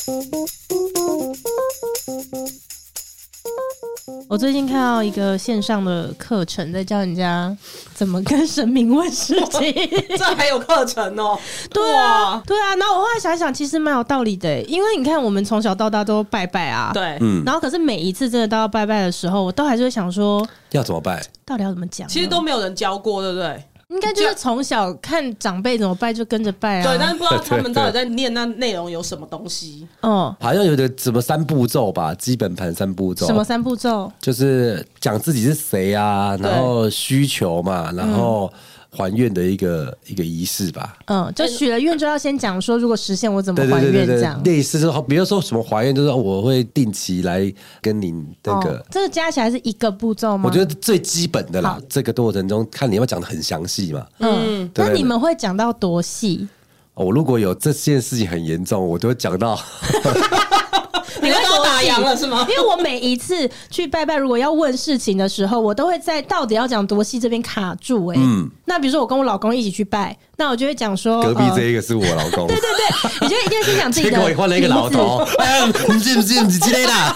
我最近看到一个线上的课程，在教人家怎么跟神明问事情。 这还有课程哦？ 对啊，对啊。然后我后来想想，其实蛮有道理的，因为你看，我们从小到大都拜拜啊， 对， 然后可是每一次真的都要拜拜的时候，我都还是会想说， 要怎么拜？ 到底要怎么讲？ 其实都没有人教过，对不对？ 应该就是从小看长辈怎么拜就跟着拜啊。 对，但是不知道他们到底在念那内容有什么东西。 哦， 好像有的什么3步骤吧，基本盘3步骤。 什么3步骤？ 就是讲自己是谁啊，然后需求嘛，然后还愿的一个仪式吧。 就许了愿就要先讲说，如果实现我怎么还愿这样。 类似就是比如说什么还愿，就是我会定期来跟你那个。 这个加起来是1个步骤吗？ 我觉得最基本的啦。这个过程中看你要讲的很详细嘛。 那你们会讲到多细？ 我如果有这件事情很严重，我都会讲到。 你要打烊了是吗？ 因为我每一次去拜拜，如果要问事情的时候，我都会在到底要讲多细这边卡住。那比如说我跟我老公一起去拜，那我就会讲说， 隔壁这一个是我老公。 对对对，你就一定先讲自己的。 结果换了一个老头，你记不记？你记得啦？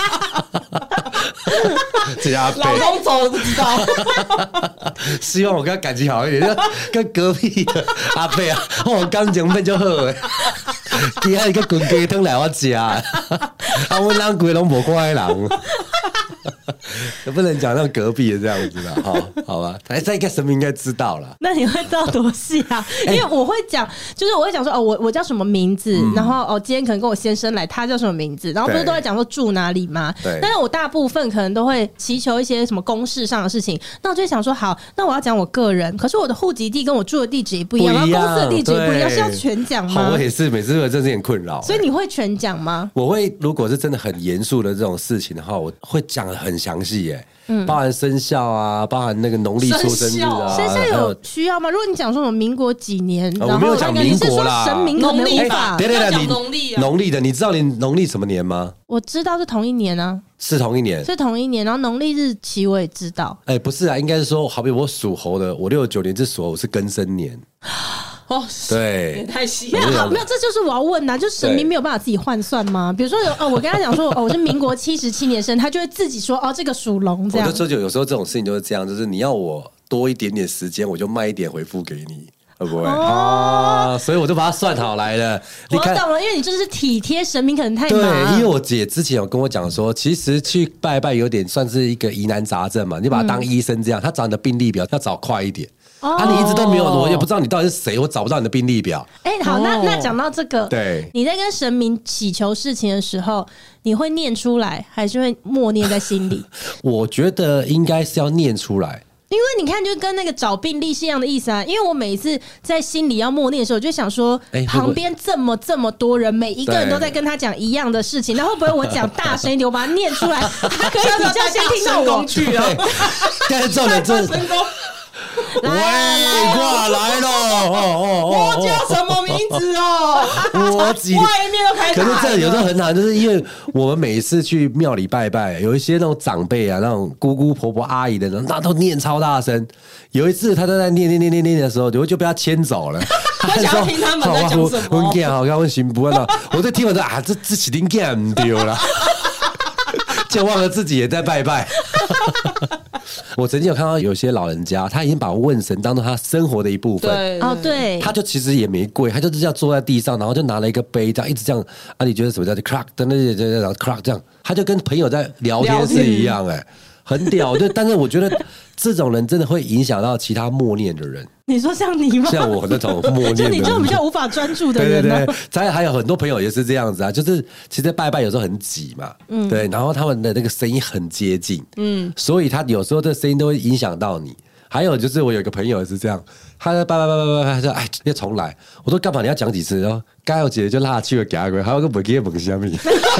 老公走了不知道。 希望我跟他感情好一点，就跟隔壁的阿伯啊，我感情变就好诶。今仔一个滚鸡汤来我家，我人鬼拢无看的人，不能讲那隔壁的这样子啦，好吧？这应该神明应该知道了。 那你会知道多细啊？因为我会讲，就是我会讲说，我叫什么名字，然后今天可能跟我先生来，他叫什么名字，然后不是都在讲说住哪里吗？ 对。 但是我大部分可能都会祈求一些什么公事上的事情，那我就会想说，好，那我要讲我个人，可是我的户籍地跟我住的地址也不一样，然后公司的地址也不一样，是要全讲吗？ 我也是，每次都有这点困扰。 所以你会全讲吗？ 我会，如果是真的很严肃的这种事情的话，我会讲得很详细耶。包含生肖啊，包含那个农历出生日啊， 生肖有需要吗？如果你讲说什么民国几年， 我没有讲民国啦， 神明可能无法。 对， 你农历的，你知道你农历什么年吗？ 我知道是同一年啊， 是同一年， 是同一年。然后农历日期我也知道。 不是啊，应该是说，好比我属猴的，我69年是属猴，是庚申年。 哦， 对， 也太细了。没有，这就是我要问的，就神明没有办法自己换算吗？比如说我跟他讲说，我是民国77年生，他就会自己说，这个属龙这样。 我就说有时候这种事情就是这样，就是你要我多一点点时间，我就慢一点回复给你。会不会所以我就把它算好来了。 我懂了，因为你就是体贴神明，可能太忙。 对，因为我姐之前有跟我讲说，其实去拜拜有点算是一个疑难杂症嘛，你把它当医生这样，他找你的病历表要找快一点。你一直都没有，我也不知道你到底是谁，我找不到你的病历表。 好，那讲到这个， 对， 你在跟神明祈求事情的时候，你会念出来，还是会默念在心里？ 我觉得应该是要念出来。 因为你看，就跟那个找病历是一样的意思啊。因为我每一次在心里要默念的时候，我就想说，旁边这么多人，每一个人都在跟他讲一样的事情，那会不会我讲大声一点，我把它念出来，他可以比较先听到我去啊？ 但是这种人真的。喂，过来喽！ 我叫什么名字哦？ 我几外面都开。 可是这有时候很好，就是因为我们每一次去庙里拜拜，有一些那种长辈啊，那种姑姑婆婆阿姨的人，那都念超大声。有一次他都在念的时候，我就被他牵走了。 我想要听他们在讲什么。 我讲好，我心不安，我就听完说这是恁囝唔对了，就忘了自己也在拜拜。我曾经有看到有些老人家，他已经把问神当做他生活的一部分。 对， 他就其实也没跪，他就是这样坐在地上，然后就拿了一个杯，这样一直这样。你觉得什么叫 crack？ 等等，然后 crack 这样，他就跟朋友在聊天是一样，很屌。但是我觉得这种人真的会影响到其他默念的人。 你说像你吗？ 像我那种默念的人， 就你这种比较无法专注的人呢？ 对，还有很多朋友也是这样子啊，就是其实拜拜有时候很挤嘛，对，然后他们的那个声音很接近，所以他有时候这声音都会影响到你。还有就是我有一个朋友也是这样，他在拜，他说要重来，我说干嘛你要讲几次？然后刚有姐就拉去了给他还有个不给蒙虾米。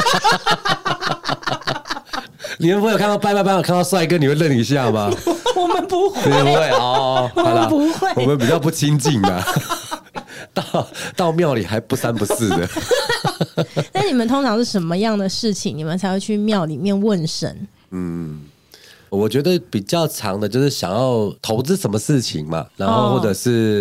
你们不会有看到拜看到帅哥你会愣一下吗？ 我们不会， 你不会我们不会， 我们比较不亲近的。到庙里还不三不四的。 那你们通常是什么样的事情，你们才会去庙里面问神？我觉得比较长的就是想要投资什么事情嘛，然后或者是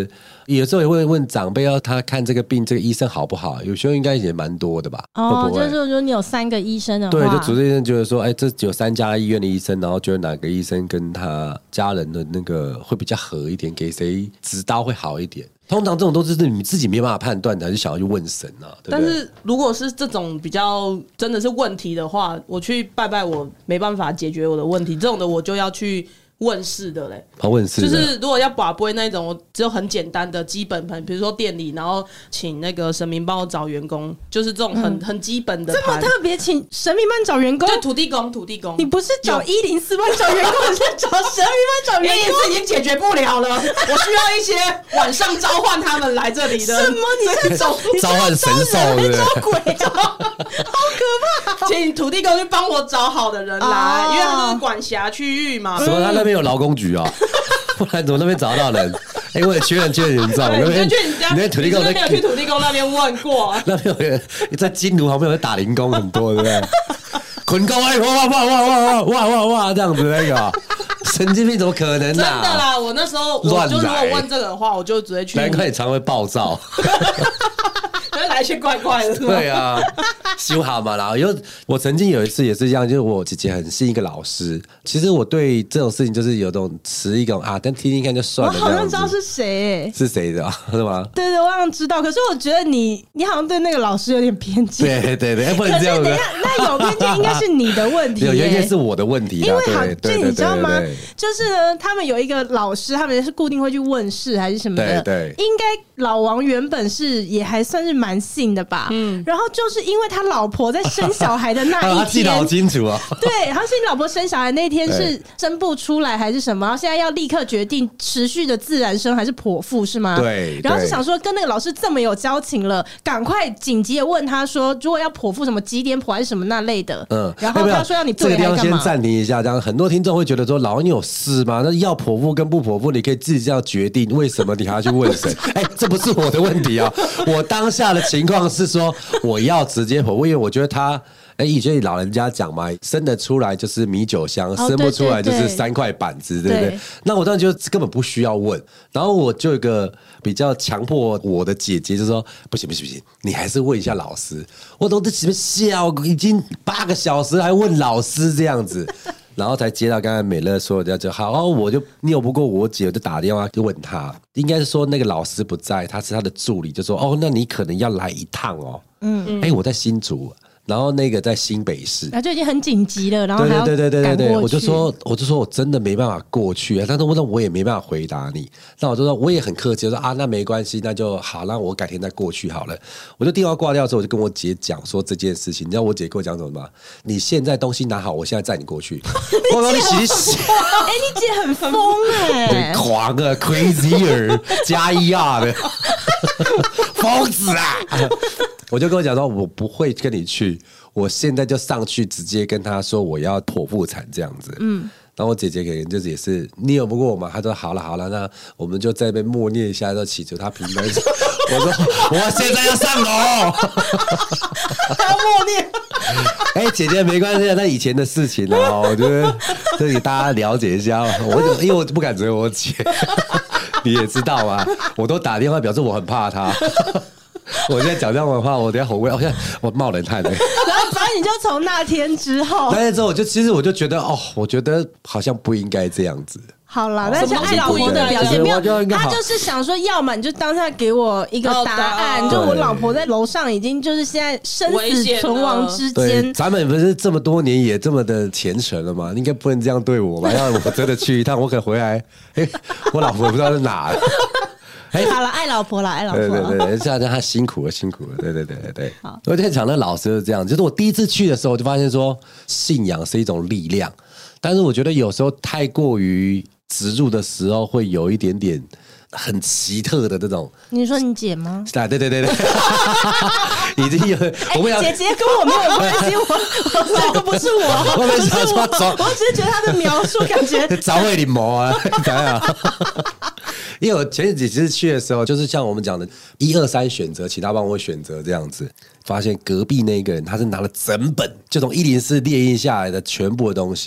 有时候也会问长辈要他看这个病，这个医生好不好？有时候应该也蛮多的吧？会不会就是说你有3个医生的话， 对，就主治医生觉得说，哎，这有3家医院的医生，然后觉得哪个医生跟他家人的那个会比较合一点，给谁执刀会好一点。通常这种都是你自己没办法判断的，还是想要去问神啊？对不对？ 但是如果是这种比较真的是问题的话，我去拜拜，我没办法解决我的问题，这种的我就要去问事的嘞。 问事就是如果要拔杯那一种，我只有很简单的基本盘，比如说店里，然后请那个神明帮我找员工，就是这种很基本的。 这么特别，请神明帮找员工， 就土地公。你不是找104帮找员工，你是找神明帮找员工。 104已经解决不了了，我需要一些晚上召唤他们来这里的。 什么？你在召唤神兽，对不对？ 招鬼啊！好可怕！ 请土地公去帮我找好的人来，因为他就是管辖区域嘛。 什么？他那边有劳工局啊？不然怎么那边找到人？因为缺人严重。 你就去你家，你土地公没有去土地公那边问过？ 那边有人在金炉旁边有打零工很多，对不对？捆高哎，哇这样子那个。神经病怎么可能啊？真的啦！我那时候我就如果问这个的话，我就直接去。 难怪你常会暴躁。 来去怪怪的， 对啊，修好嘛。然后我曾经有一次也是这样，就是我姐姐很信一个老师。其实我对这种事情就是有种持一种但听听看就算了。 我好像知道是谁， 是谁的是吗？ 对，我好像知道。可是我觉得你好像对那个老师有点偏见。 对，不能这样子。 可是等一下，那有偏见应该是你的问题。 有偏见是我的问题。 因为对，你知道吗？就是呢，他们有一个老师，他们是固定会去问事还是什么的。 对， 应该老王原本是也还算是蛮信的吧。然后就是因为他老婆在生小孩的那一天， 他记得好清楚啊。 对，然后是你老婆生小孩那天是生不出来还是什么？然后现在要立刻决定持续的自然生还是剖腹是吗？ 对。 然后是想说跟那个老师这么有交情了，赶快紧急的问他说，如果要剖腹什么几点剖还是什么那类的。然后他说要你对还干嘛？ 这个地方先暂停一下，这样很多听众会觉得说，老王你有事吗？那要剖腹跟不剖腹，你可以自己这样决定，为什么你还要去问神？这不是我的问题啊！我当下的情况是说。我要直接剖腹，因为我觉得他，以前老人家讲嘛，生得出来就是米酒香，生不出来就是3块板子，对不对？那我当时就根本不需要问，然后我就有一个比较强迫我的姐姐就说：“不行，你还是问一下老师。”我都在前面笑，已经8个小时还问老师这样子。然后才接到刚才美乐说的，就好，我就拗不过我姐，我就打电话就问他，应该是说那个老师不在，他是他的助理，就说那你可能要来一趟哦。我在新竹。然后那个在新北市， 就已经很紧急了，然后还要对，我就说我真的没办法过去啊，但是我也没办法回答你，那我就说我也很客气，我说那没关系，那就好，那我改天再过去好了。我就电话挂掉之后，我就跟我姐讲说这件事情，你知道我姐跟我讲什么吗？你现在东西拿好，我现在载你过去。我说你洗， 你姐很疯很狂啊 ，crazy 加1R 的疯子啊！我就跟我讲说，我不会跟你去，我现在就上去直接跟他说我要剖腹产这样子。然后我姐姐可能就是也是你有不过我嘛，她说好了，那我们就在那边默念一下，就祈求她平安。我说我现在要上楼， 还要默念。 姐姐没关系，那以前的事情啊，我觉得这里大家了解一下。因为我不敢责我姐，你也知道嘛，我都打电话表示我很怕她。我现在讲这样的话，我等一下我现在我冒冷汗了。 然后反正你就从那天之后， 其实我就觉得我觉得好像不应该这样子。 好啦，但是爱老婆的表现没有，他就是想说，要么你就当下给我一个答案，就我老婆在楼上已经就是现在生死存亡之间。 咱们不是这么多年也这么的虔诚了吗？应该不能这样对我吧？要我真的去一趟，我可能回来，我老婆不知道在哪。 好了，爱老婆啦， 对，这样他辛苦了，对。我在讲那老师是这样，就是我第一次去的时候，我就发现说，信仰是一种力量，但是我觉得有时候太过于植入的时候，会有一点点很奇特的这种。 你说你姐吗？ 对，已经有。 姐姐跟我没有关系，这个不是我， 我只是觉得他的描述感觉早会临摹啊，怎样？因为我前几次去的时候，就是像我们讲的1、2、3选择，其他帮我选择这样子，发现隔壁那个人他是拿了整本就从104列印下来的全部的东西。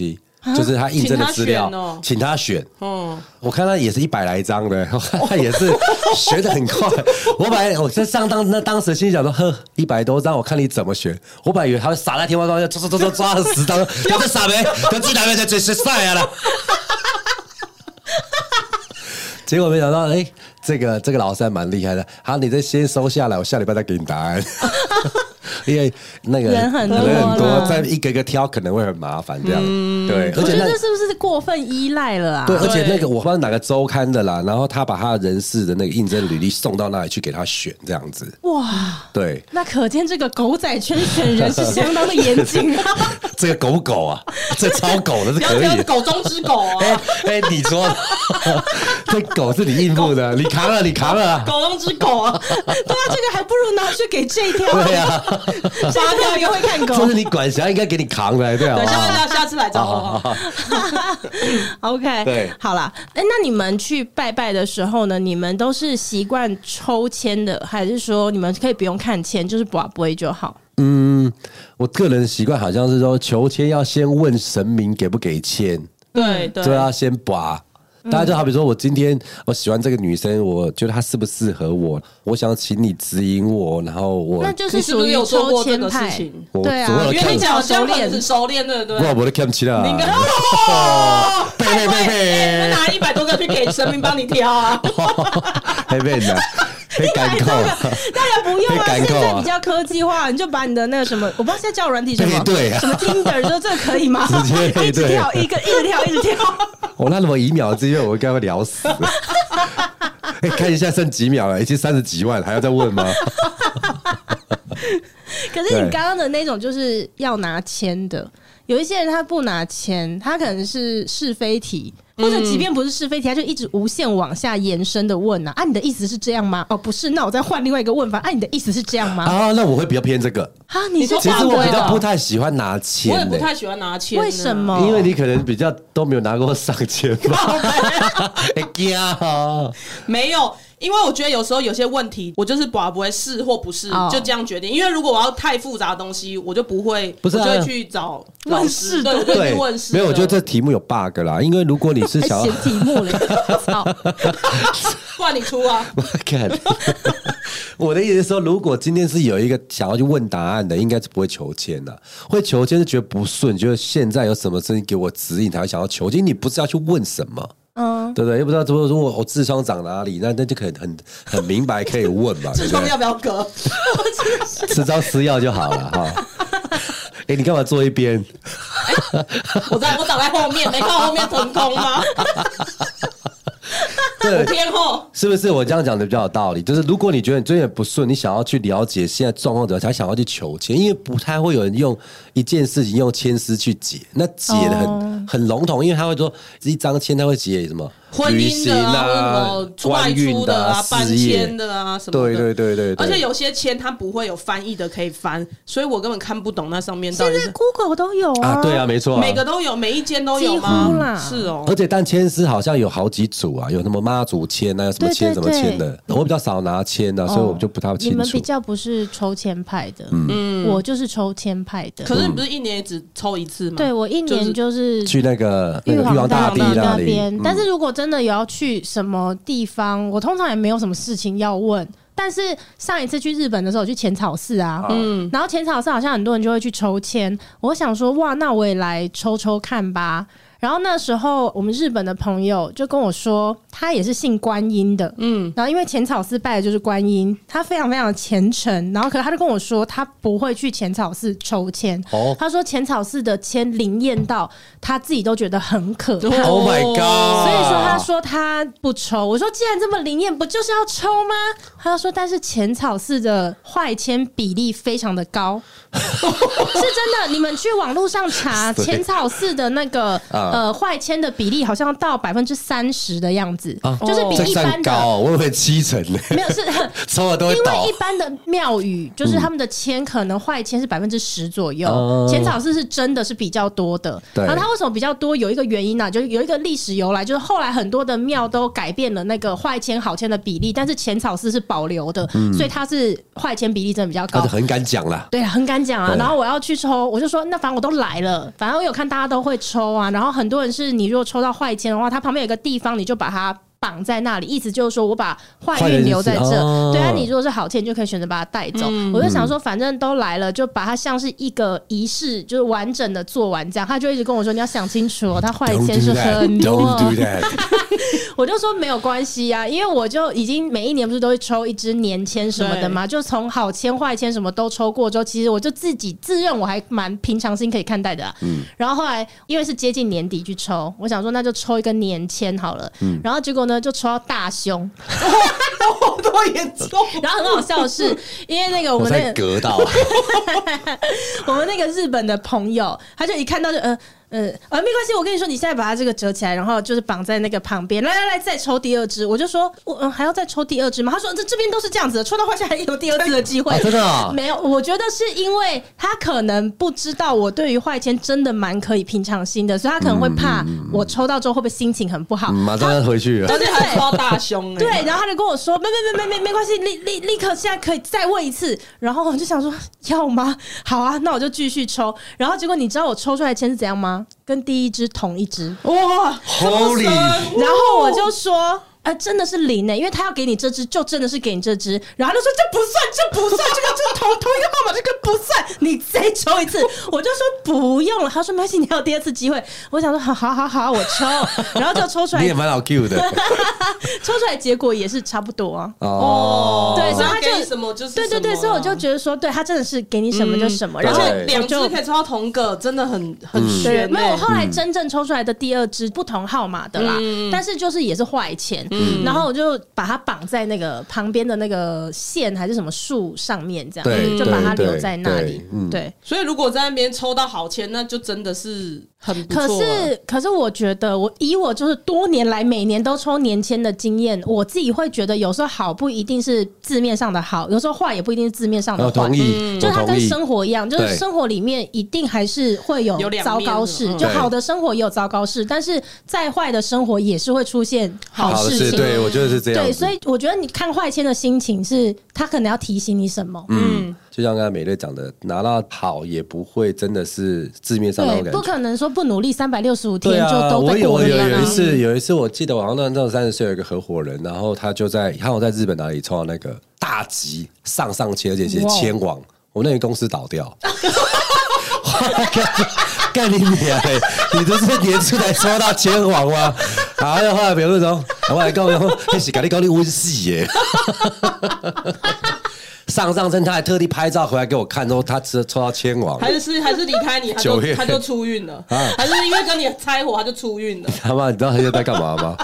就是他印证的资料，请他选。我看他也是100来张的，他也是学得很快。我在当时心里想说，呵，100多张，我看你怎么选。我本来以为他会撒在天花板上，抓了10张，有这傻没？有这哪边在最晒啊了？结果没想到，这个老师还蛮厉害的。好，你这先收下来，我下礼拜再给你答案。因为那个人很多， 再一个一个挑可能会很麻烦，这样。对， 而且这是不是过分依赖了啊？ 对，而且那个我不知道哪个周刊的啦，然后他把他的人事的那个应征履历送到那里去给他选，这样子。哇，对， 那可见这个狗仔圈选人是相当的严谨啊。 这个狗不狗啊？这超狗的是可以的， 狗中之狗啊！ 你说这狗是你应付的，你扛了， 狗中之狗啊！ 对啊，这个还不如拿去给这一条。 对啊。 8条也会看狗， 这是你管辖应该给你扛的，对啊。 对，下次来找我。 OK， 对， 好啦。那你们去拜拜的时候呢？你们都是习惯抽签的，还是说你们可以不用看签，就是拔杯就好？ 我个人习惯好像是说，求签要先问神明给不给签， 对， 就要先拔。大家就好比说，我今天我喜欢这个女生，我觉得她适不适合我，我想请你指引我，然后那就是属于抽签派。对啊， 因为你讲像很熟练，对不对？ 我都看不起来。 你应该背，拿100多个去给神明帮你挑啊。 黑背的。可以赶扣，当然不用啊！现在比较科技化，你就把你的那个什么，我不知道现在叫软体什么， 对啊， 什么 Tinder， 说这个可以吗？ 直接一直跳，一直跳。 我那么1秒之间，我应该会聊死。看一下剩几秒了，已经30几万，还要再问吗？ 可是你刚刚的那种就是要拿签的，有一些人他不拿签，他可能是是非题。或者即便不是是非题，他就一直无限往下延伸的问啊，你的意思是这样吗？哦，不是，那我再换另外一个问法，你的意思是这样吗？ 啊，那我会比较偏这个啊， 你说其实我比较不太喜欢拿签， 我也不太喜欢拿签， 为什么？ 因为你可能比较都没有拿过上签吧？ 没有。因为我觉得有时候有些问题，我就是不会是或不是，就这样决定。因为如果我要太复杂的东西，我就不会，我就会去找问事的， 对，我会去问事。 没有，我觉得这题目有 bug 啦。因为如果你是想要写题目嘞，操， 不然你出啊！ 我的意思是说，如果今天是有一个想要去问答案的，应该是不会求签的。会求签是觉得不顺，觉得现在有什么事情给我指引才会想要求签。你不是要去问什么？对不对？又不知道如果我痔疮长哪里，那就可以很明白可以问嘛。 痔疮要不要割？ 吃招吃药就好了哈。你干嘛坐一边？ 我挡在后面，没看后面腾空吗？ 对， 我偏后， 是不是？我这样讲的比较有道理。就是如果你觉得你最近不顺，你想要去了解现在状况，才想要去求签，因为不太会有人用一件事情用签诗去解，那解的很笼统，因为他会说一张签，他会解什么婚姻的啊，出外出的啊，搬迁的啊，什么的。对。 而且有些签它不会有翻译的可以翻，所以我根本看不懂那上面到底是。 现在 Google 都有啊， 对啊，没错， 每个都有，每一间都有吗？ 几乎啦， 是哦。 而且但签诗好像有好几组啊，有什么妈祖签啊，什么签什么签的。我比较少拿签啊，所以我就不太清楚。 你们比较不是抽签派的，我就是抽签派的。 可是你不是一年也只抽一次吗？ 对，我一年就是去那个玉皇大帝那边。 但是如果真的有要去什么地方，我通常也没有什么事情要问。但是上一次去日本的时候，我去浅草寺啊，然后浅草寺好像很多人就会去抽签，我想说哇，那我也来抽抽看吧。然后那时候我们日本的朋友就跟我说，他也是信观音的，然后因为浅草寺拜的就是观音，他非常非常的虔诚，然后可是他就跟我说，他不会去浅草寺抽签，他说浅草寺的签灵验到他自己都觉得很可怕。 Oh my god！ 所以说他说他不抽，我说既然这么灵验，不就是要抽吗？他就说，但是浅草寺的坏签比例非常的高，是真的。你们去网络上查浅草寺的那个坏铅的比例好像到30%的样子，就是比一般的高，我以为70%呢。 没有是抽了都会倒。 因为一般的庙宇就是他们的铅可能坏铅是10%左右，浅草寺是真的是比较多的。然后它为什么比较多？有一个原因啊，就是有一个历史由来，就是后来很多的庙都改变了那个坏铅好铅的比例，但是浅草寺是保留的，所以它是坏铅比例真的比较高。 他就很敢讲啦， 对，很敢讲啊。然后我要去抽，我就说那反正我都来了，反正我有看大家都会抽啊。然后很多人是你如果抽到坏铅的话，它旁边有个地方你就把它绑在那里，意思就是说我把坏运留在这。对啊，你如果是好铅，你就可以选择把它带走。我就想说，反正都来了，就把它像是一个仪式，就是完整的做完这样。他就一直跟我说，你要想清楚哦，它坏铅是很多。我就说没有关系啊，因为我就已经每一年不是都会抽一支年签什么的嘛，就从好签坏签什么都抽过之后，其实我就自己自认我还蛮平常心可以看待的然后后来因为是接近年底去抽，我想说那就抽一个年签好了然后结果呢就抽到大凶多严重。 然后很好笑的是，因为那个我们那个隔到我们那个日本的朋友，他就一看到就没关系，我跟你说，你现在把它这个折起来，然后就是绑在那个旁边，来，再抽第二支。我就说，还要再抽第二支吗？他说这边都是这样子的，抽到坏铅还有第二次的机会。 真的啊？ 没有，我觉得是因为他可能不知道我对于坏铅真的蛮可以平常心的，所以他可能会怕我抽到之后会不会心情很不好， 马上要回去了。 而且还抽到大凶对，然后他就跟我说，没关系，立刻现在可以再问一次。然后我就想说，要吗？好啊，那我就继续抽。然后结果你知道我抽出来的签是怎样吗？跟第一支同一支。 哇 ，Holy！ 然后我就说。真的是零因为他要给你这支，就真的是给你这支，然后他就说这不算，这个同一个号码，这个不算，你再抽一次。我就说不用了，他说没关系，你还有第二次机会。我想说好，我抽，然后就抽出来， 你也蛮好 Q 的， 抽出来结果也是差不多啊。 对， 所以他给你什么就是什么对，所以我就觉得说，对他真的是给你什么就什么，然后两支可以抽到同个，真的很悬。 没有，我后来真正抽出来的第二支不同号码的啦，但是就是也是坏钱。然后我就把它绑在那个旁边的那个线还是什么树上面，这样就把它留在那里。对， 所以如果在那边抽到好签，那就真的是很不错。 可是我觉得以我就是多年来每年都抽年签的经验，我自己会觉得有时候好不一定是字面上的好，有时候坏也不一定是字面上的坏。 同意， 就它跟生活一样，就是生活里面一定还是会有糟糕事，就好的生活也有糟糕事，但是再坏的生活也是会出现好事情。 对，我觉得是这样。 对，所以我觉得你看坏签的心情是，他可能要提醒你什么。 就像刚才美瑞讲的，拿到好也不会真的是字面上的感觉， 不可能说不努力365天就都在过年。有一次，我记得我好像那种30岁有一个合伙人，然后他就在看我在日本哪里抽到那个大吉上签，而且写签王，我那个公司倒掉。干你娘嘞！你这是年初才抽到签王吗？好，后来评论说，我来告诉你，那是跟你讲你温戏耶。上称他还特地拍照回来给我看，说他抽到签王， 还是离开你，他就出运了，还是因为跟你拆伙他就出运了？ 他妈，你知道他现在在干嘛吗？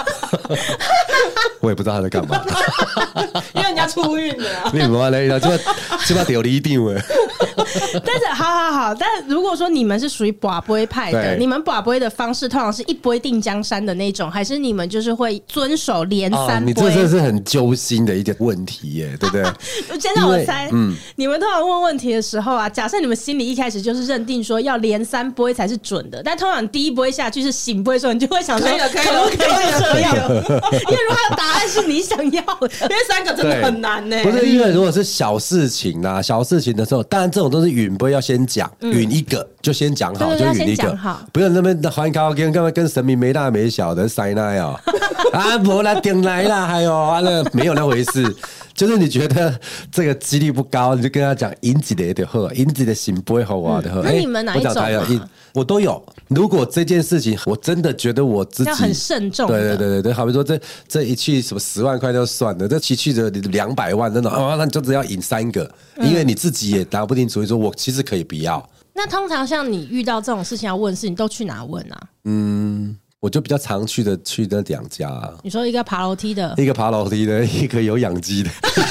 我也不知道他在干嘛， 因为人家出运了啊！ 你妈嘞，这把丢了一定了。 但是好，但如果说你们是属于拔杯派的，你们拔杯的方式通常是一杯定江山的那种，还是你们就是会遵守连3杯？ 你这真的是很揪心的一个问题耶，对不对？ 先让我猜，你们通常问问题的时候啊，假设你们心里一开始就是认定说要连3杯才是准的，但通常第一杯下去是醒杯的时候，你就会想说可以了，这样，因为如果答案是你想要的， 因为3个真的很难呢。 不是因为如果是小事情啦，小事情的时候，当然这种都是允杯要先讲，允一个就先讲好，就允一个，不用那边还高跟神明没大没小的塞那哦，啊，没啦，顶来啦，还有啊，那没有那回事。就是你觉得这个几率不高，你就跟他讲银子的就好，银子的行不会好啊的好。 那你们哪一种？ 我都有。如果这件事情我真的觉得我自己要很慎重， 对，好比说这一去什么10万块就算了，这去着200万真的那就只要赢3个，因为你自己也拿不定主意，说我其实可以不要。 那通常像你遇到这种事情要问事，你都去哪问啊？ 我就比较常去那2家。 你说一个爬楼梯的， 一个爬楼梯的，一个有养鸡的。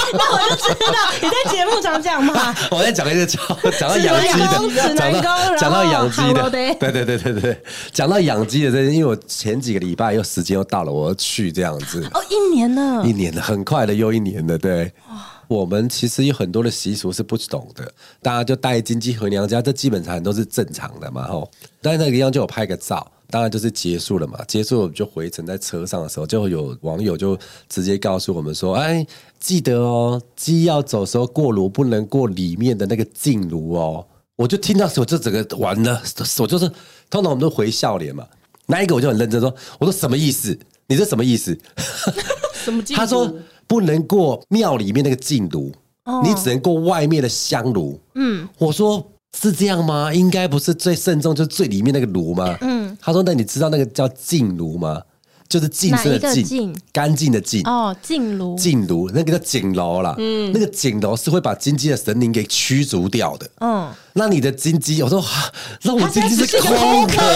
那我就知道你在节目常讲嘛。 我在讲一个讲到养鸡的，讲到养鸡的，对，讲到养鸡的这，因为我前几个礼拜又时间又到了，我要去这样子。 哦，1年了， 很快的又1年了，对。我们其实有很多的习俗是不懂的，大家就带金鸡回娘家，这基本上都是正常的嘛吼。但是那个地方就有拍个照，当然就是结束了嘛。结束我们就回程，在车上的时候，就有网友就直接告诉我们说：“哎，记得哦，鸡要走的时候过炉不能过里面的那个净炉哦。”我就听到时候就整个完了，我就是通常我们都回笑脸嘛，那一个我就很认真说：“我说什么意思？你这什么意思？” 什么净炉？ 他说不能过庙里面那个净炉，你只能过外面的香炉。我说是这样吗？应该不是最慎重，就是最里面那个炉吗？他说那你知道那个叫净炉吗？就是净色的净，干净的净哦，净炉， 净炉那个叫景楼啦。那个景楼是会把金鸡的神灵给驱逐掉的。那你的金鸡，我说那我金鸡是空壳，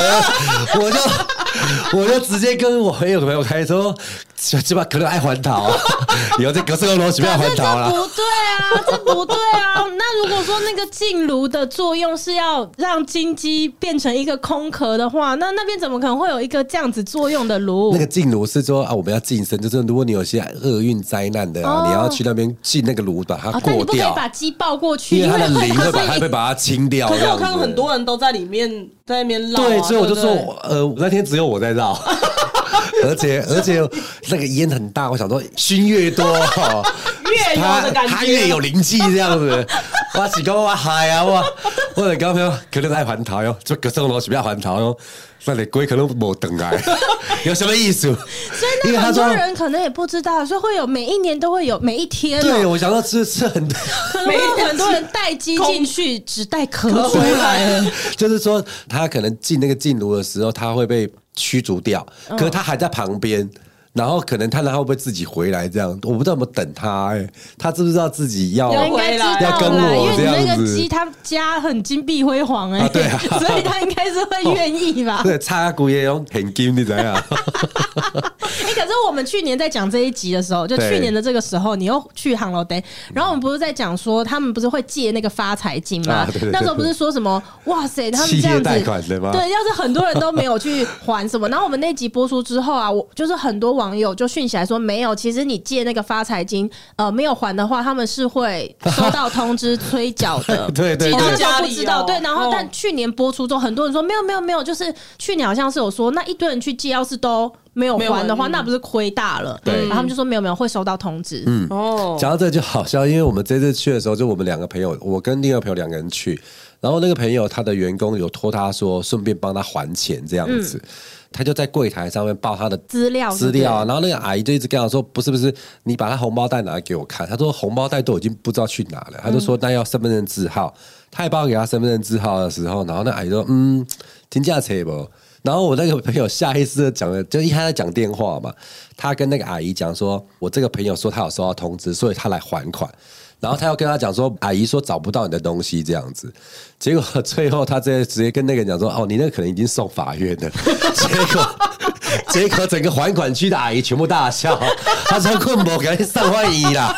我就直接跟我朋友开说，起码可能爱环桃，以后在格式高楼随便环桃啦。 这不对啊！那如果说那个净炉的作用是要让金鸡变成一个空壳的话，那边怎么可能会有一个这样子作用的炉？ 那个净炉是说啊，我们要净身，就是如果你有些厄运灾难的啊，你要去那边进那个炉把它过掉。 但你不可以把鸡抱过去， 因为它的灵会把它清掉。 可是我看到很多人都在里面在那边绕。 对，所以我就说，那天只有我在绕。而且那个烟很大，我想说熏越多越有的感觉， 他越有灵气这样子。我是讲我嗨啊，我的高朋友可能爱环桃哟，就各种东西不要环桃哟，那你龟可能没等来，有什么意思？ 所以那很多人可能也不知道，所以会有每一年都会有每一天。 对，我想到是很多， 每一天很多人带鸡进去，只带壳回来。 就是说，他可能进那个净炉的时候，他会被驱逐掉，可是他还在旁边。然后可能他会不会自己回来这样？我不知道有没有等他他知不知道自己要回来要跟我这样子？ 因为你那个鸡他家很金碧辉煌对啊， 所以他应该是会愿意吧？ 对，插骨也用很金，你怎样？ 可是我们去年在讲这一集的时候，就去年的这个时候，你又去航楼 day， 然后我们不是在讲说他们不是会借那个发财金吗？那时候不是说什么哇塞，他们这样子贷款对吗？ 对，要是很多人都没有去还什么，然后我们那集播出之后啊，我就是很多网友就讯息来说没有，其实你借那个发财金没有还的话，他们是会收到通知催缴的。 对， 其他都不知道。对，然后但去年播出之后，很多人说没有，就是去年好像是有说，那一堆人去借，要是都没有还的话，那不是亏大了？ 对， 然后他们就说没有会收到通知。 讲到这就好笑，因为我们这次去的时候，就我们2个朋友，我跟另外一个朋友2个人去，然后那个朋友他的员工有托他说，顺便帮他还钱这样子。他就在柜台上面报他的资料，然后那个阿姨就一直跟他说：“不是，你把他红包袋拿来给我看。”他说：“红包袋都已经不知道去哪了。”他就说：“那要身份证字号。”他也报给他身份证字号的时候，然后那阿姨说：“真假扯不？”然后我那个朋友下意识的讲了，就一开始讲电话嘛，他跟那个阿姨讲说：“我这个朋友说他有收到通知，所以他来还款。”然后他要跟他讲说，阿姨说找不到你的东西这样子，结果最后他直接跟那个人讲说，哦，你那个可能已经送法院了。结果整个还款区的阿姨全部大笑，他说困不赶紧上会议啦。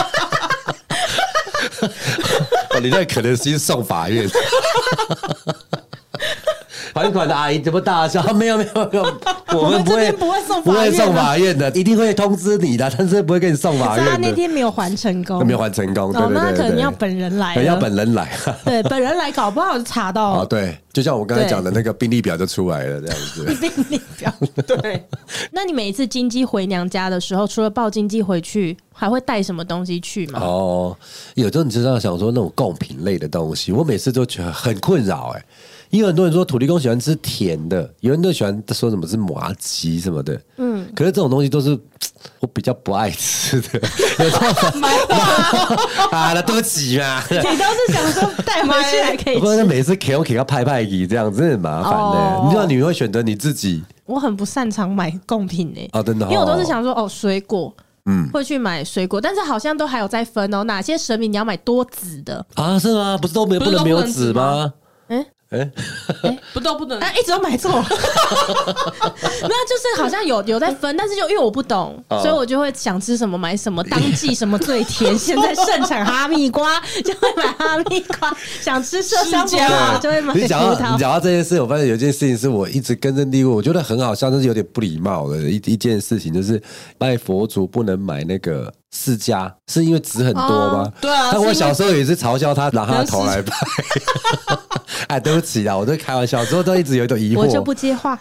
哦，你那可能是送法院。还款的阿姨怎么大笑？没有，我们不会送法院的，一定会通知你的，但是不会给你送法院的。 他那天没有还成功， 没有还成功，对， 那可能要本人来， 要本人来， 对，本人来搞不好就查到。 对，就像我刚才讲的那个病历表就出来了，这样子。 病历表，对。那你每一次金鸡回娘家的时候，除了抱金鸡回去，还会带什么东西去吗？ 有时候你知道想说那种贡品类的东西，我每次都觉得很困扰因为很多人说土地公喜欢吃甜的，有人都喜欢说什么是麻糬什么的，可是这种东西都是我比较不爱吃的。那对不起嘛， 你都是想说带回去还可以吃， 不然每次给要拍这样真的很麻烦的。你知道你会选择你自己？我很不擅长买贡品真的， 因为我都是想说水果。会去买水果，但是好像都还有在分哪些神明你要买多籽的是吗？不是都不能没有籽吗？ 不能， 一直都买错。没有，就是好像有在分，但是就因为我不懂，所以我就会想吃什么买什么，当季什么最甜，现在盛产哈密瓜，就会买哈密瓜；想吃麝香葡萄，就会买葡萄。 你讲到这件事，我发现有件事情是我一直根深蒂固，我觉得很好笑，但是有点不礼貌的一件事情，就是拜佛祖不能买那个释迦，是因为籽很多吗？ 对啊。 但我小时候也是嘲笑他，拿他的头来拜。哎，对不起啦，我在开玩笑，之后都一直有一种疑惑， 我就不接话。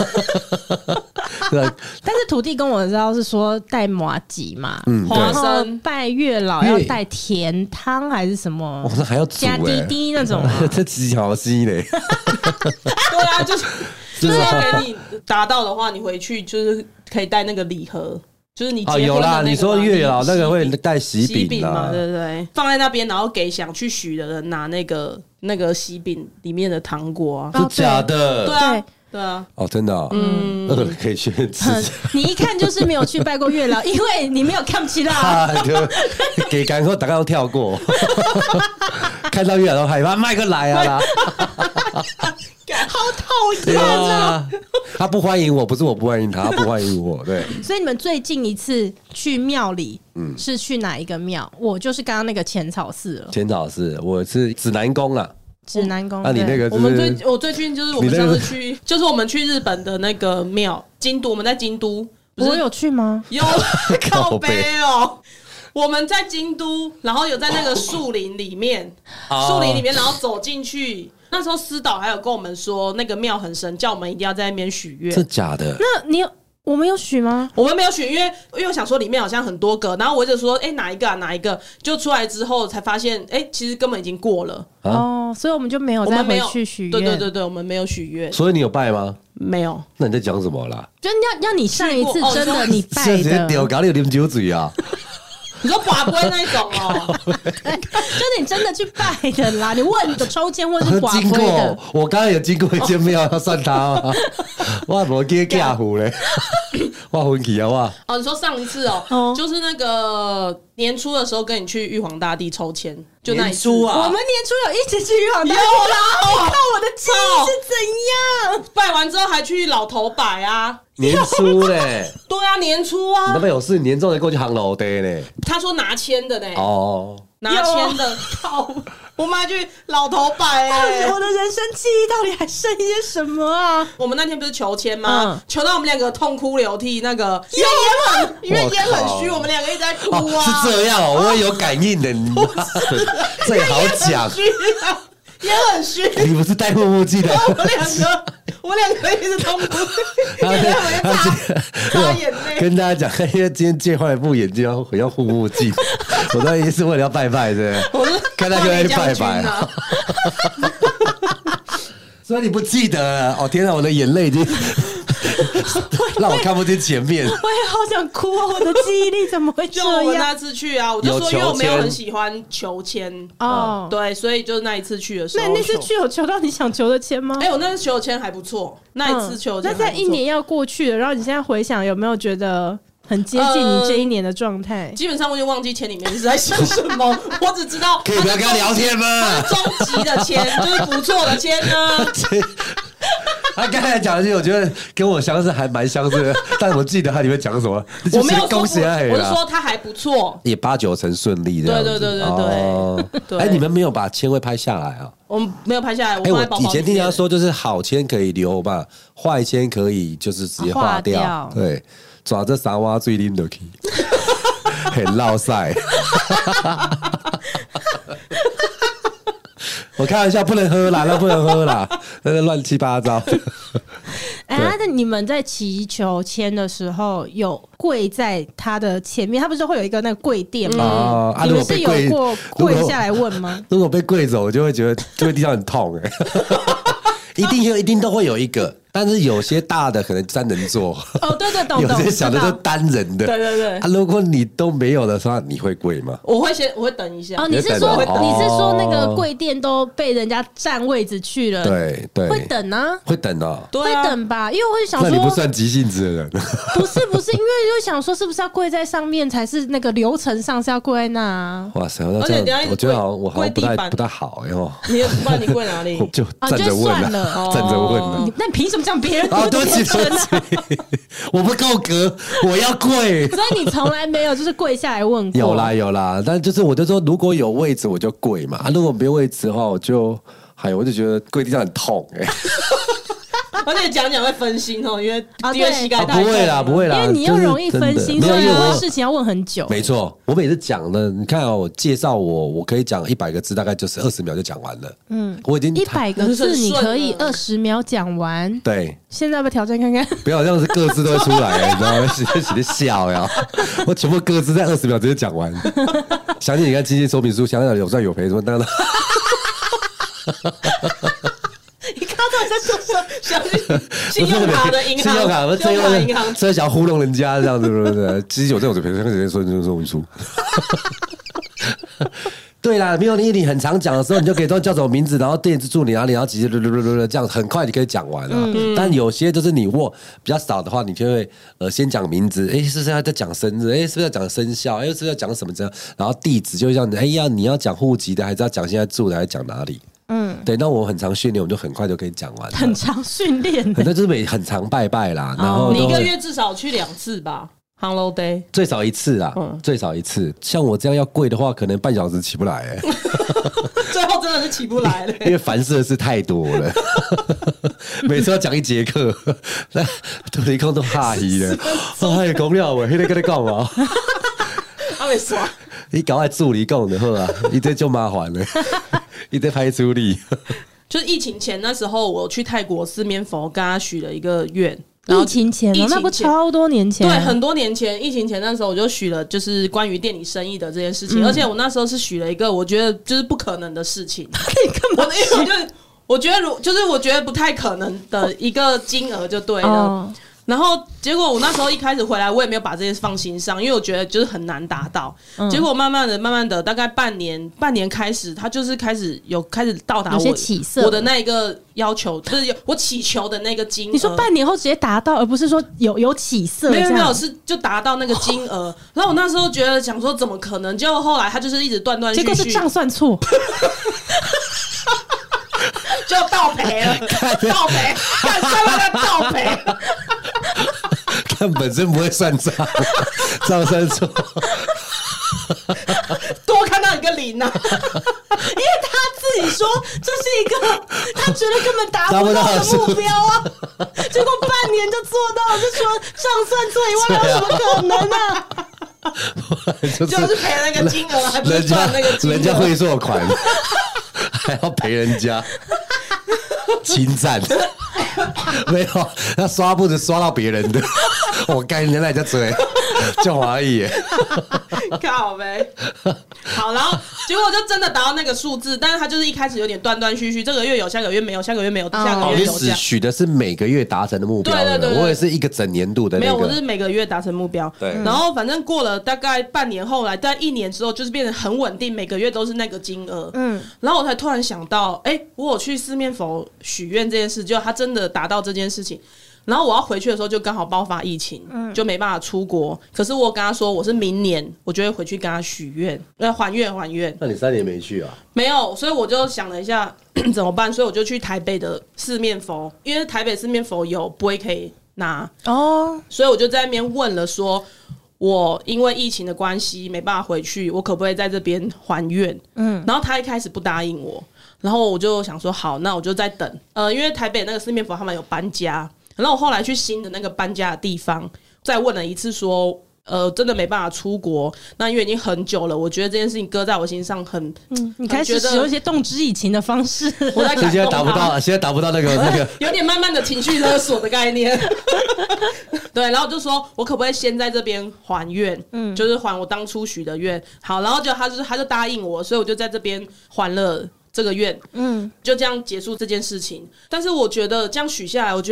但是土地公我知道是说带麻糬嘛， 花生拜月老要带甜汤还是什么？ 那还要煮加滴滴那种， 这几条溪嘞。 对啊，就是要给你达到的话，你回去就是可以带那个礼盒。就是你结婚的那个有啦，你说月老那个会带喜饼嘛，对不对？放在那边，然后给想去许的人拿那个喜饼里面的糖果啊， 是假的？ 对啊， 哦，真的哦，可以去吃。 你一看就是没有去拜过月老，因为你没有看起来， 给赶快大家都跳过，看到月老都害怕，麦克来啊啦。 好讨厌啊！ 他不欢迎我，不是我不欢迎他，他不欢迎我。对， 所以你们最近一次去庙里，是去哪一个庙？我就是刚刚那个浅草寺了。 浅草寺，我是指南宫啦。 指南宫。 那你那个， 我最近就是我们上次去，就是我们去日本的那个庙，京都。我们在京都， 我有去吗？ 有，靠北哦。我们在京都，然后有在那个树林里面，然后走进去。那时候司导还有跟我们说，那个庙很神，叫我们一定要在那边许愿。 是假的？ 那我们有许吗？ 我们没有许，因为我想说里面好像很多个，然后我就说，哪一个啊？哪一个？就出来之后才发现，其实根本已经过了。 哦，所以我们就没有再回去许愿。 对，我们没有许愿。 所以你有拜吗？ 没有。 那你在讲什么啦？ 就要你上一次真的你拜的， 丢搞你有啉酒醉啊！ 你说拔杯那一种哦， 就是你真的去拜的啦。你问的抽签或是拔杯的， 我刚刚有经过一间庙，要算他吗？我没给嫁糊嘞，我婚期啊我。 哦，你说上一次哦，就是那个年初的时候跟你去玉皇大帝抽签，就那一次啊。 我们年初有一起去玉皇大帝，有啦。你看我的记忆是怎样？ 拜完之后还去老头摆啊。 年初嘞， 对啊，年初啊， 那边有事，年终才过去行楼的呢。 他说拿签的呢， 拿签的，靠，我们还去老头摆我的人生记忆到底还剩一些什么啊？ 我们那天不是求签吗？求到我们两个痛哭流涕，那个因为烟很虚，我们两个一直在哭啊。 是这样我也有感应的，你这也好讲。 也很虚， 你不是戴护目镜的？ 我两个一直痛哭，擦眼泪。 跟大家讲，因为今天借换了副眼镜，要护目镜。我那意思为了要拜拜，对不对？看他就会拜拜。所以你不记得了？哦天哪，我的眼泪已经让我看不见前面。 我也好想哭啊！我的记忆力怎么会这样？ 就我那次去啊，我就说因为我没有很喜欢求签哦，对，所以就是那一次去的时候。 那次去有求到你想求的签吗？ 我那次求的签还不错，那一次求的签。 那在一年要过去了，然后你现在回想，有没有觉得很接近你这一年的状态？ 基本上我已经忘记签里面是在想什么，我只知道可以不要跟他聊天吗？ 终极的签就是不错的签呢。 他刚才讲的这些，我觉得跟我相似，还蛮相似的。但我记得他里面讲什么， 我没有恭喜他， 我是说他还不错， 也8、9成顺利的。 对。 你们没有把签会拍下来啊？ 我们没有拍下来。我以前听人家说，就是好签可以留吧，坏签可以就是直接划掉。对，抓这3挖最拎的去，很落塞。我开玩笑，不能喝啦，那不能喝啦，那是乱七八糟。 那你们在祈求签的时候，有跪在他的前面？他不是会有一个那个跪垫吗？你们是有过跪下来问吗？ 如果被跪走，我就会觉得这个地方很痛一定都会有一个， 但是有些大的可能3人座， 哦，对对，懂。 有些小的就单人的， 对对对。 如果你都没有的话，你会跪吗？ 我会等一下。 哦，你是说那个柜店都被人家占位置去了？ 对对， 会等啊， 会等哦， 会等吧，因为我会想说， 那你不算急性子的人。 不是，因为就想说，是不是要跪在上面才是那个流程上是要跪在那啊？ 哇塞，那这样我觉得我好像不太好哟。 不然你跪哪里？ 就站着问了，站着问了。 那你凭什么讲别人？ 啊，对不起，我不够格，我要跪。 所以你从来没有就是跪下来问过？ 有啦，但就是我就说，如果有位置我就跪嘛，如果没有位置的话，我就觉得跪地上很痛而且讲会分心哦，因为膝盖太痛。 不会啦， 因为你又容易分心，所以很多事情要问很久。 没错，我每次讲的，你看我介绍我可以讲100个字，大概就是20秒就讲完了。我已经 100个字你可以20秒讲完。 对， 现在要不要挑战看看？ 不要这样子，各自都会出来，你知道吗？写的笑呀，我全部各自在20秒直接讲完。详细你看经济说明书，想想有赚有赔什么当然。 你刚刚在说什么？信用卡的银行， 信用卡银行，这想糊弄人家这样子，对不对？其实有这种赔，直接说明书。对啦，没有你很常讲的时候，你就可以说叫什么名字，然后店住你哪里，然后直接这样很快你可以讲完了。但有些就是你比较少的话，你就会先讲名字，是不是要在讲生日？是不是要讲生肖？是不是要讲什么这样？然后地址就像你要讲户籍的，还是要讲现在住的，还是讲哪里？对，那我很常训练，我就很快就可以讲完。 很常训练， 那就是很常拜啦。然后你1个月至少去2次吧。Hello Day 最少1次啦，最少1次。像我这样要跪的话，可能半小时起不来最后真的是起不来了， 因为烦事的事太多了，每次要讲1节课，那都一空都怕伊了。哎，讲了喂，那个在干嘛？ 他没刷。 你赶快助理讲就好啊，你这就麻烦了，你在拍助理。 就是疫情前那时候，我去泰国四面佛跟他许了一个愿。 疫情前那不超多年前？ 对，很多年前，疫情前那时候我就许了，就是关于店里生意的这件事情。而且我那时候是许了一个我觉得就是不可能的事情。 你干嘛？ 我觉得不太可能的一个金额就对了。然后结果我那时候一开始回来，我也没有把这件事放心上，因为我觉得就是很难达到。结果慢慢的，大概半年开始，他就是开始到达我的那一个要求，就是我祈求的那个金额。 你说半年后直接达到，而不是说有起色？ 没有，是就达到那个金额。然后我那时候觉得想说怎么可能？结果后来他就是一直断续， 结果是账算错。 就倒赔了，倒赔，倒赔。 看本身不会算账，账算错， 多看到一个0啊， 因为他自己说这是一个他觉得根本达不到的目标啊，结果半年就做到了，就说账算错以外还有什么可能啊？ 就是赔那个金额，还不是赚那个金额， 人家会做款，还要赔人家。侵占没有，他刷不止刷到别人的，我该人家在追，就华裔耶， 靠呗。好，然后结果就真的达到那个数字，但是他就是一开始有点断续，这个月有，下个月没有，下个月没有，下个月有。 你许的是每个月达成的目标，对，我也是一个整年度的那个， 没有，我是每个月达成目标。对，然后反正过了大概半年，后来在1年之后，就是变得很稳定，每个月都是那个金额。然后我才突然想到，我有去四面佛许愿这件事，就他真的达到这件事情。然后我要回去的时候，就刚好爆发疫情，就没办法出国。可是我跟他说，我是明年我就会回去跟他许愿，还愿。 那你3年没去啊？ 没有，所以我就想了一下怎么办，所以我就去台北的四面佛，因为台北四面佛有杯可以拿哦，所以我就在那边问了说，我因为疫情的关系没办法回去，我可不可以在这边还愿？然后他一开始不答应我，然后我就想说好，那我就在等。因为台北那个四面佛他们有搬家。然后我后来去新的那个搬家的地方，再问了一次说，真的没办法出国，那因为已经很久了，我觉得这件事情搁在我心上很， 你开始使用一些动之以情的方式， 我在感动他， 现在达不到那个， 有点慢慢的情绪勒索的概念。对，然后就说我可不可以先在这边还愿，就是还我当初许的愿。好，然后他就答应我，所以我就在这边还了这个愿，就这样结束这件事情。但是我觉得这样许下来，我觉得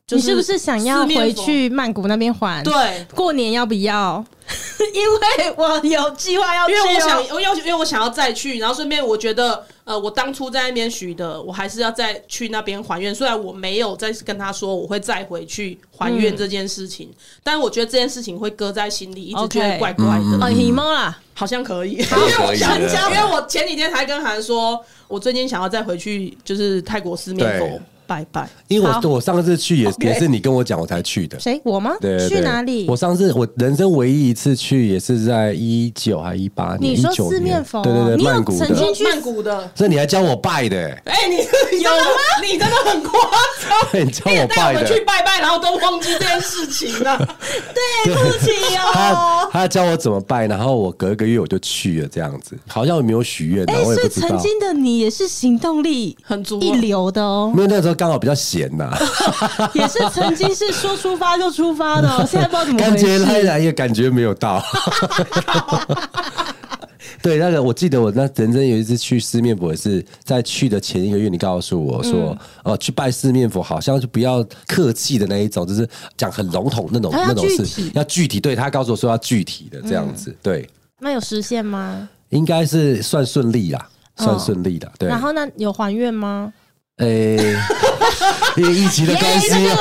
就是你是不是想要回去曼谷那边还？ 对， 过年要不要？因为我有计划要去， 因为我想要再去，然后顺便我觉得，我当初在那边许的，我还是要再去那边还愿。虽然我没有再跟他说我会再回去还愿这件事情，但是我觉得这件事情会搁在心里，一直觉得怪怪的。 哦，你摸啦， 好像可以，因为我前几天才跟韩说，我最近想要再回去，就是泰国四面佛。拜拜， 因为我上次去也是你跟我讲我才去的。 谁我吗？ 对， 去哪里？ 我上次我人生唯一一次去也是在19还18年。 你说四面佛？ 对， 你有曼谷的。 曾经去曼谷的？ 这你还教我拜的？ 你有吗？你真的很夸张！ 对，你教我拜的。 我们去拜拜，然后都忘记这件事情了。 对不起哦。 他教我怎么拜，然后我隔一个月我就去了，这样子好像我没有许愿，我也不知道。 所以曾经的你也是行动力很足、 一流的哦。 因为那时候刚好比较闲。 也是曾经是说出发就出发的、现在不知道怎么回事。 感觉来也感觉没有到。对，那个我记得我那人生有一次去四面佛，也是在去的前一个月，你告诉我说，去拜四面佛，好像就不要客气的那一种，就是讲很笼统那种事，要具体。对，他告诉我说要具体的这样子。对， 那有实现吗？ 应该是算顺利啦，算顺利的。对， 然后那有还愿吗？ 因为疫情的关系， 感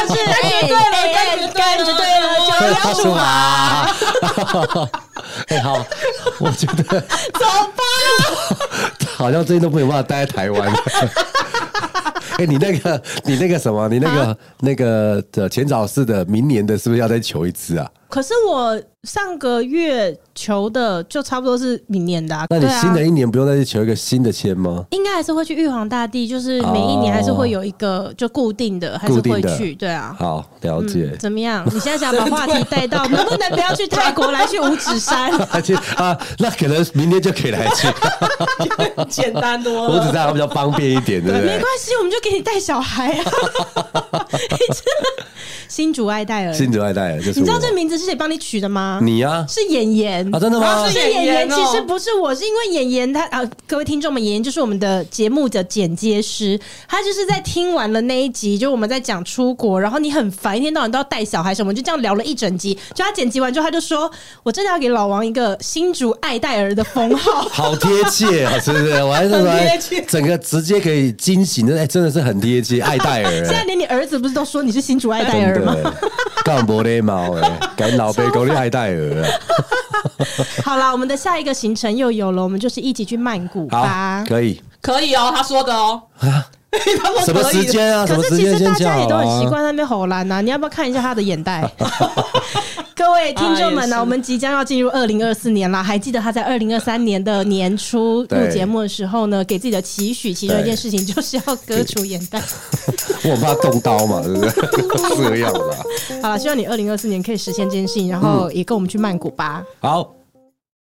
觉对了，就要出发。 好，我觉得走吧。 好像最近都没有办法待在台湾。你那个什么，你那个前早市的，明年的是不是要再求一次啊？ 可是我上个月求的就差不多是明年的、 那你新的一年不用再去求一个新的签吗？ 应该还是会去玉皇大帝，就是每一年还是会有一个就固定的，还是会去。对啊， 好了解。 怎么样？你现在想把话题带到，能不能不要去泰国，来去五指山？ 那可能明天就可以来去， 简单多了。 五指山比较方便一点，对不对？ 没关系，我们就给你带小孩啊。新竹爱戴尔， 新竹爱戴尔就是。 你知道这名字是谁帮你取的吗？ 你啊， 是妍妍啊，真的吗？ 是妍妍，其实不是我，是因为妍妍她各位听众们，妍妍就是我们的节目的剪接师，她就是在听完了那一集，就我们在讲出国，然后你很烦，一天到晚都要带小孩什么，就这样聊了一整集。就她剪辑完之后，她就说：“我真的要给老王一个新竹爱戴尔的封号。”好贴切啊，是不是？我还是整个直接可以惊醒，真的是很贴切，爱戴尔。 现在连你儿子不是都说你是新竹爱戴尔吗？ 干没礼貌哎，赶老辈狗你爱戴尔啊！ 好啦，我们的下一个行程又有了，我们就是一起去曼谷吧。 可以哦，他说的哦。 什么时间啊？ 可是其实大家也都很习惯那边吼蓝啊，你要不要看一下他的眼袋？各位听众们呢，我们即将要进入2024年了。还记得他在2023年的年初录节目的时候呢，给自己的期许，其中一件事情就是要割除眼袋。 我怕动刀嘛，对不对？这个样子。 好了，希望你2024年可以实现这件事情，然后也跟我们去曼谷吧。 好。